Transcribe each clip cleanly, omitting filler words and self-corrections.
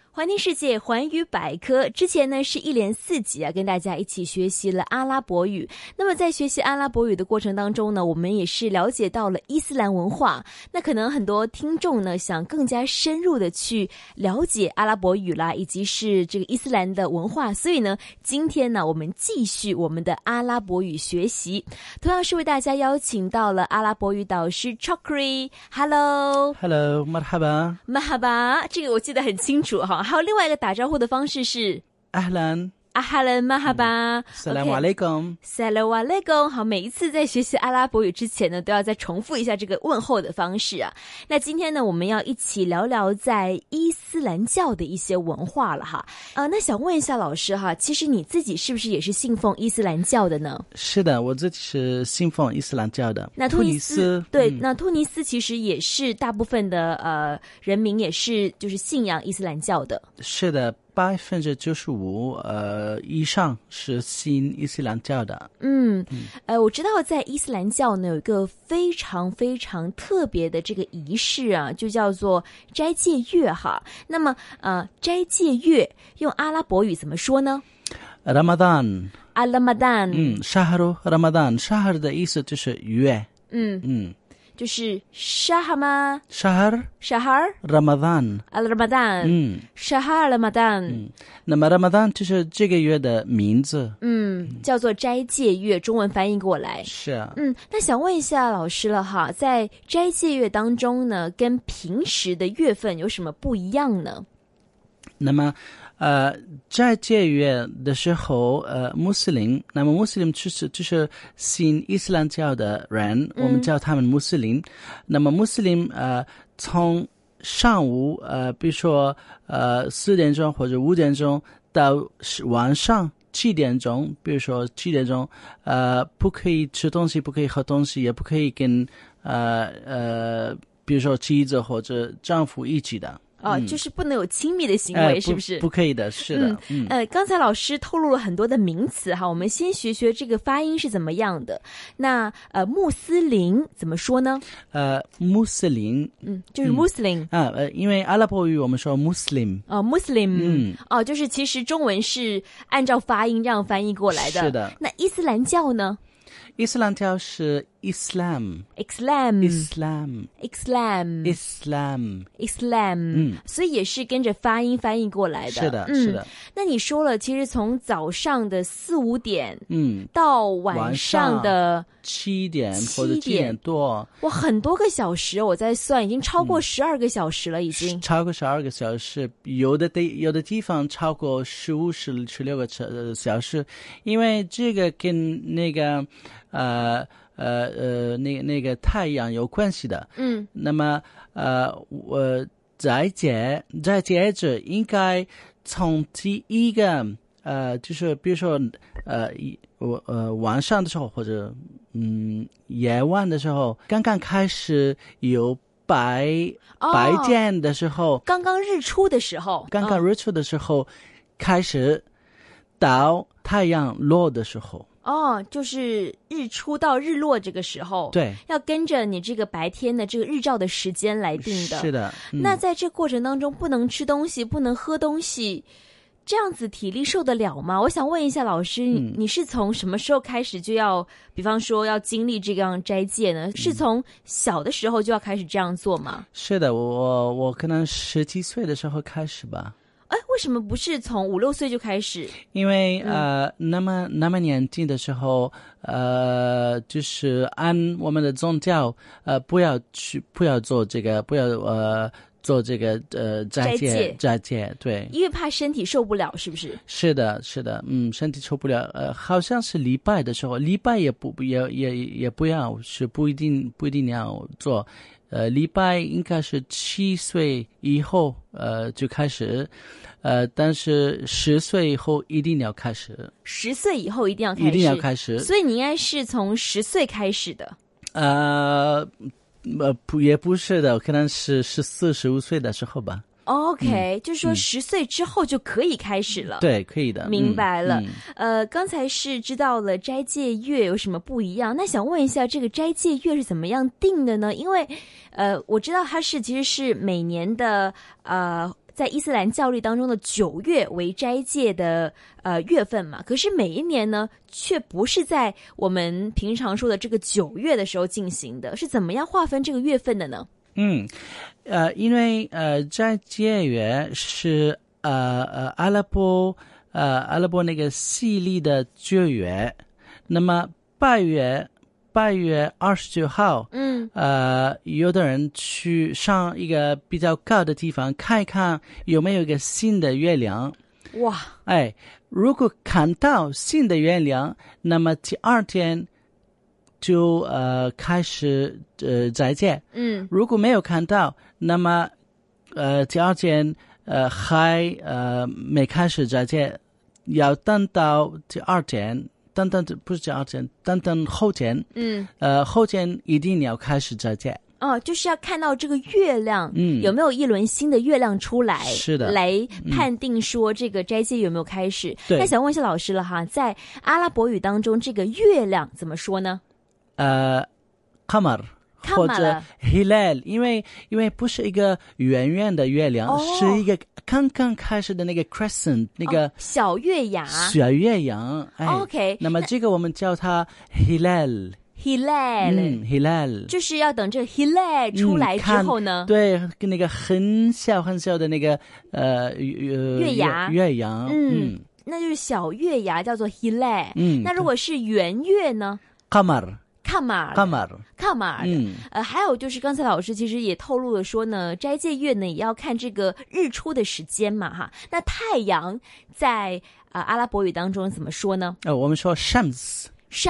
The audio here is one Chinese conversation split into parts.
环听世界环语百科，之前呢是一连4集跟大家一起学习了阿拉伯语。那么在学习阿拉伯语的过程当中呢，我们也是了解到了伊斯兰文化。那可能很多听众呢想更加深入的去了解阿拉伯语啦，以及是这个伊斯兰的文化，所以呢今天呢我们继续我们的阿拉伯语学习，同样是为大家邀请到了阿拉伯语导师 Chokri。Hello Marhaba Marhaba， 这个我记得很清楚哈。还有另外一个打招呼的方式是 Ahlan Marhaba Assalamu alaikum Assalamu alaikum。 好，每一次在学习阿拉伯语之前呢都要再重复一下这个问候的方式啊。那今天呢我们要一起聊聊在伊斯兰教的一些文化了哈。那想问一下老师哈，其实你自己是不是也是信奉伊斯兰教的呢？ 是的，我自己是信奉伊斯兰教的。 那突尼斯对，那突尼斯其实也是大部分的人民也是就是信仰伊斯兰教的。 是的，95%以上是信伊斯兰教的。 我知道在伊斯兰教呢有一个非常非常特别的这个仪式啊，就叫做斋戒月哈。那么斋戒月用阿拉伯语怎么说呢？ Ramadan Ramadan Ramadan Shahar 的意思就是月。 就是 Shahar 吗？ Shahar Ramadan Ramadan Shahar Ramadan 那么 Ramadan 就是这个月的名字。 叫做斋戒月，中文翻译过来是啊。 那想问一下老师了哈，在斋戒月当中呢跟平时的月份有什么不一样呢？ 那么斋戒月的时候穆斯林就是信伊斯兰教的人，我们叫他们穆斯林。那么穆斯林从上午比如说4点钟或者5点钟到晚上7点钟，比如说7点钟不可以吃东西，不可以喝东西，也不可以跟比如说妻子或者丈夫一起的。 就是不能有亲密的行为，是不是？ 不可以的，是的。 刚才老师透露了很多的名词哈，我们先学学这个发音是怎么样的。那穆斯林怎么说呢？ 穆斯林， 就是穆斯林因为阿拉伯语我们说穆斯林。 Muslim，就是其实中文是按照发音这样翻译过来的。 是的。 那伊斯兰教呢？ 伊斯兰教是 Islam， 所以也是跟着发音翻译过来的。 是的，是的。 那你说了，其实从早上的4、5点，到晚上的 7点或者7点多， 哇，很多个小时，我在算，已经超过12个小时了，已经超过12个小时，有的地方超过15、16个小时，因为这个跟那个那个太阳有关系的。那么我斋戒者应该从第一个就是比如说晚上的时候或者夜晚的时候，刚刚开始有白天的时候， 刚刚日出的时候开始到太阳落的时候。 就是日出到日落这个时候， 对， 要跟着你这个白天的这个日照的时间来定的。 是的。 那在这过程当中不能吃东西，不能喝东西，这样子体力受得了吗？我想问一下老师，你是从什么时候开始就要比方说要经历这样斋戒呢？是从小的时候就要开始这样做吗？ 是的，我可能10几岁的时候开始吧。 为什么不是从5、6岁就开始？ 因为那么年轻的时候就是按我们的宗教不要做这个，不要做这个斋戒，对， 因为怕身体受不了，是不是？ 是的，身体受不了。好像是礼拜的时候，礼拜也不要，是不一定要做。礼拜应该是7岁以后就开始，但是10岁以后一定要开始。10岁以后一定要开始， 所以你应该是从10岁开始的。 也不是的，可能是14、15岁的时候吧。 OK，就是说10岁之后就可以开始了。 对，可以的。 明白了。刚才是知道了斋戒月有什么不一样，那想问一下这个斋戒月是怎么样定的呢？因为我知道它其实是每年的在伊斯兰教历当中的9月为斋戒的月份嘛，可是每一年呢却不是在我们平常说的这个9月的时候进行的，是怎么样划分这个月份的呢？ 因为斋戒月是阿拉伯那个西历的9月，那么8月29号，有的人去上一个比较高的地方看一看有没有一个新的月亮。 哇， 如果看到新的月亮，那么第二天就开始斋戒。如果没有看到，那么第二天还没开始斋戒，要等到第二天。不是第二天，等后天。后天一定要开始斋戒。 就是要看到这个月亮，有没有一轮新的月亮出来， 是的， 来判定说这个斋戒有没有开始。 对， 那想问一下老师了哈，在阿拉伯语当中，这个月亮怎么说呢 ？Qamar 或者 Hilal， 因为不是一个圆圆的月亮，是一个刚刚开始的那个 crescent， 那个小月牙。 OK， 那么这个我们叫它 Hilal。Hilal 就是要等这个 Hilal 出来之后呢， 对，跟那个很小很小的那个月牙， 那就是小月牙，叫做 Hilal。那如果是圆月呢 ？Qamar。 还有就是刚才老师其实也透露了说呢，斋戒月呢也要看这个日出的时间嘛哈。那太阳在阿拉伯语当中怎么说呢？ 我们说 Shams。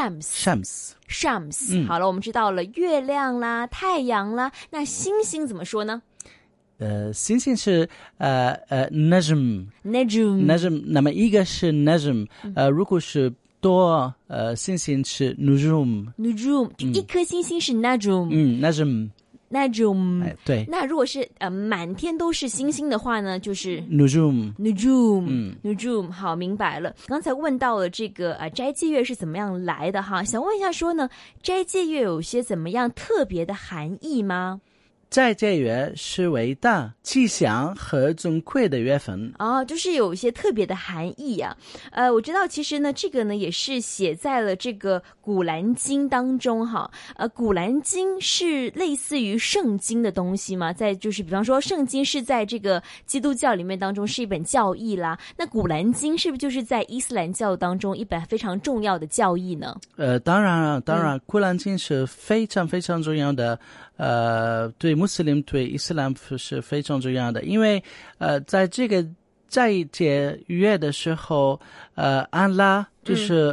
好了，我们知道了月亮啦、太阳啦，那星星怎么说呢？ 星星是Najm。那么一个是 Najm，如果是多星星是 Nujum， 就一颗星星是 Najm。 对。 那如果是满天都是星星的话呢，就是 Nujum。 好，明白了。刚才问到了这个斋戒月是怎么样来的哈，想问一下说呢，斋戒月有些怎么样特别的含义吗？ 斋戒月是伟大、吉祥和尊贵的月份。 就是有一些特别的含义啊。我知道其实呢，这个呢也是写在了这个古兰经当中哈。古兰经是类似于圣经的东西吗？在就是比方说圣经是在这个基督教里面当中是一本教义啦，那古兰经是不是就是在伊斯兰教当中一本非常重要的教义呢？ 当然，古兰经是非常非常重要的。对穆斯林对伊斯兰是非常重要的，因为在这个斋戒月的时候，安拉就是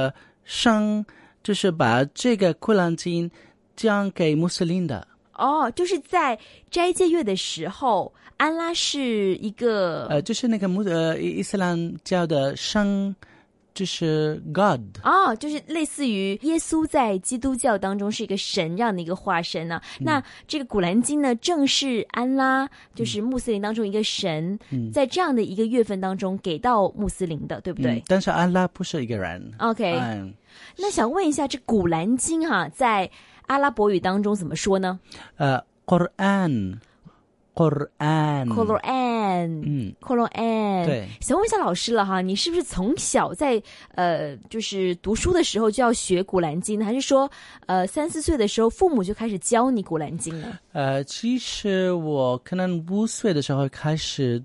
就是把这个古兰经讲给穆斯林的。 就是在斋戒月的时候，安拉是一个就是那个伊斯兰教的圣。就是 God 就是类似于耶稣在基督教当中是一个神这样的一个化身啊。那这个古兰经呢，正是安拉就是穆斯林当中一个神，在这样的一个月份当中给到穆斯林的，对不对？ 但是安拉不是一个人。 OK，那想问一下，这古兰经在阿拉伯语当中怎么说呢 ？Quran。 对，想问一下老师了哈，你是不是从小在就是读书的时候就要学古兰经呢？还是说3、4岁的时候父母就开始教你古兰经呢？ 其实我可能5岁的时候开始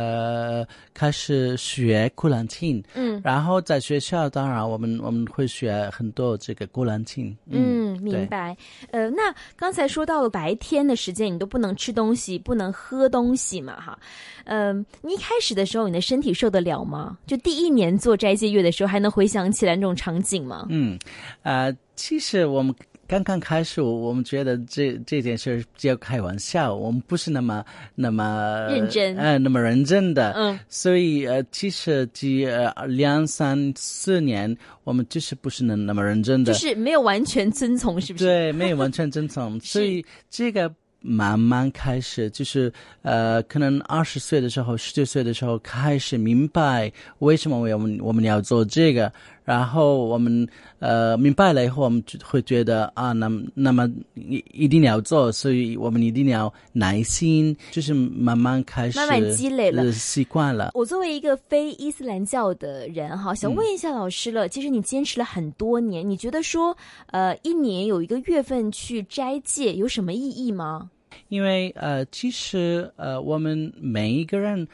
学古兰经，然后在学校当然我们会学很多这个古兰经。 明白。那刚才说到了白天的时间你都不能吃东西，不能喝东西嘛哈。你一开始的时候你的身体受得了吗？就第1年做斋戒月的时候还能回想起来那种场景吗？ 其实我们刚刚开始，我们觉得这件事只有开玩笑，我们不是那么认真， 那么认真的。所以其实2、3、4年，我们就是不是那么认真的， 就是没有完全遵从，是不是？ 对，没有完全遵从。所以这个慢慢开始，就是可能20岁的时候、19岁的时候开始明白为什么我们要做这个， 然后我们明白了以后，我们就会觉得啊，那么一定要做，所以我们一定要耐心，就是慢慢开始慢慢积累了习惯了。 我作为一个非伊斯兰教的人哈，想问一下老师了，其实你坚持了很多年，你觉得说一年有一个月份去斋戒有什么意义吗？ 因为其实我们每一个人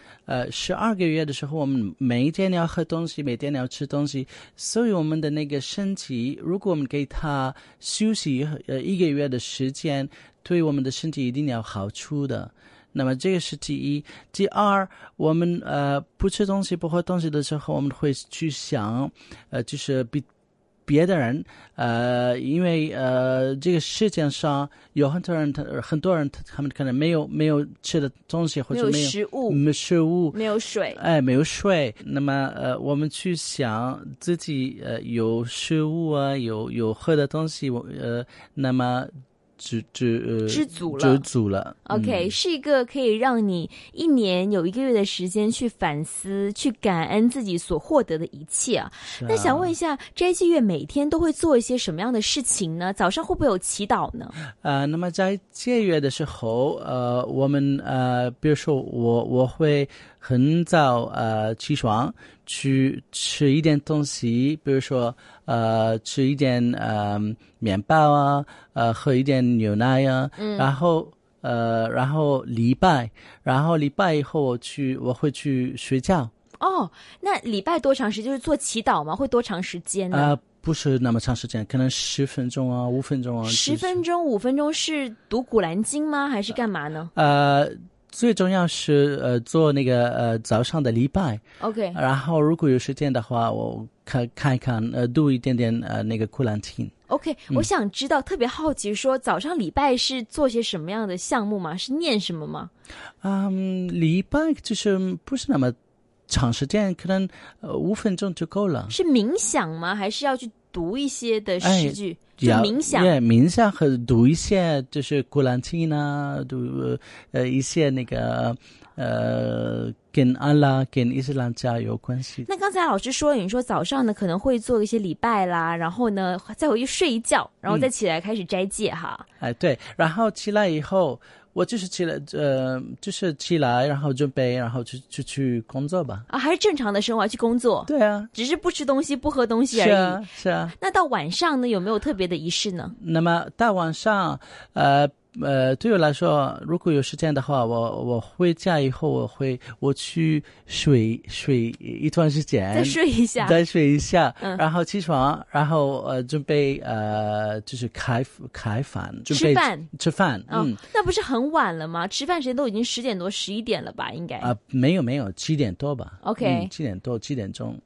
12个月的时候，我们每一天要喝东西，每天要吃东西，所以我们的那个身体，如果我们给他休息1个月的时间，对我们的身体一定要好处的。那么这个是第一。第二，我们不吃东西不喝东西的时候，我们会去想就是别的人，因为这个世界上有很多人他们可能没有吃的东西，或者没有食物， 没有水， 没有水。那么我们去想自己有食物啊，有喝的东西，那么知足了。 OK，是一个可以让你一年有1个月的时间去反思、去感恩自己所获得的一切啊。那想问一下，斋戒月每天都会做一些什么样的事情呢？早上会不会有祈祷呢？ 那么在戒月的时候，我们比如说我会很早起床去吃一点东西，比如说吃一点面包啊，喝一点牛奶啊，然后礼拜以后我会去睡觉。 哦，那礼拜多长时间？就是做祈祷吗？会多长时间呢？ 不是那么长时间，可能10分钟啊，5分钟啊。 10分钟、5分钟是读古兰经吗？还是干嘛呢？ 最重要是做那个早上的礼拜。 OK， 然后如果有时间的话，我看一看读一点点那个古兰经。 OK， 我想知道，特别好奇说早上礼拜是做些什么样的项目吗？是念什么吗？ 礼拜就是不是那么长时间，可能5分钟就够了。 是冥想吗？还是要去读一些的诗句？就冥想， 冥想和读一些就是古兰经啊，读一些那个跟安拉跟伊斯兰教有关系。 那刚才老师说，你说早上呢可能会做一些礼拜啦，然后呢再回去睡一觉，然后再起来开始斋戒哈。 对，然后起来以后。我就是起来，然后准备，然后就去工作吧。 还是正常的生活去工作？ 对啊， 只是不吃东西、不喝东西而已。 是啊。那到晚上呢，有没有特别的仪式呢？ 那么到晚上，对我来说，如果有时间的话，我回家以后，我去睡一段时间， 再睡一下， 然后起床，然后准备就是开饭，准备吃饭。 那不是很晚了吗？吃饭时间都已经10点多、11点了吧？应该没有7点多吧 ？OK， 7点钟。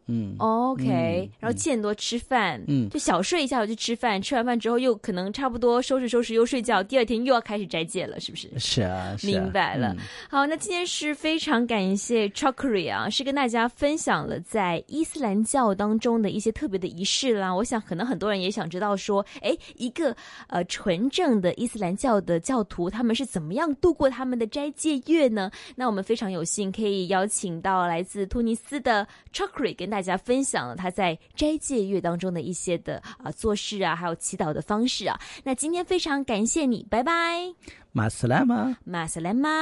OK，然后7点多吃饭，就小睡一下，我去吃饭，吃完饭之后又可能差不多收拾又睡觉，第二天又要开始斋戒了，是不是？ 是啊， 明白了。好，那今天是非常感谢 Chokri 啊，是跟大家分享了在伊斯兰教当中的一些特别的仪式啦。我想可能很多人也想知道说，一个纯正的伊斯兰教的教徒，他们是怎么样度过他们的斋戒月呢？那我们非常有幸可以邀请到来自突尼斯的 Chokri 跟大家分享了他在斋戒月当中的一些的做事啊，还有祈祷的方式啊。那今天非常感谢你，拜拜。 马斯拉吗？ 马斯兰吗？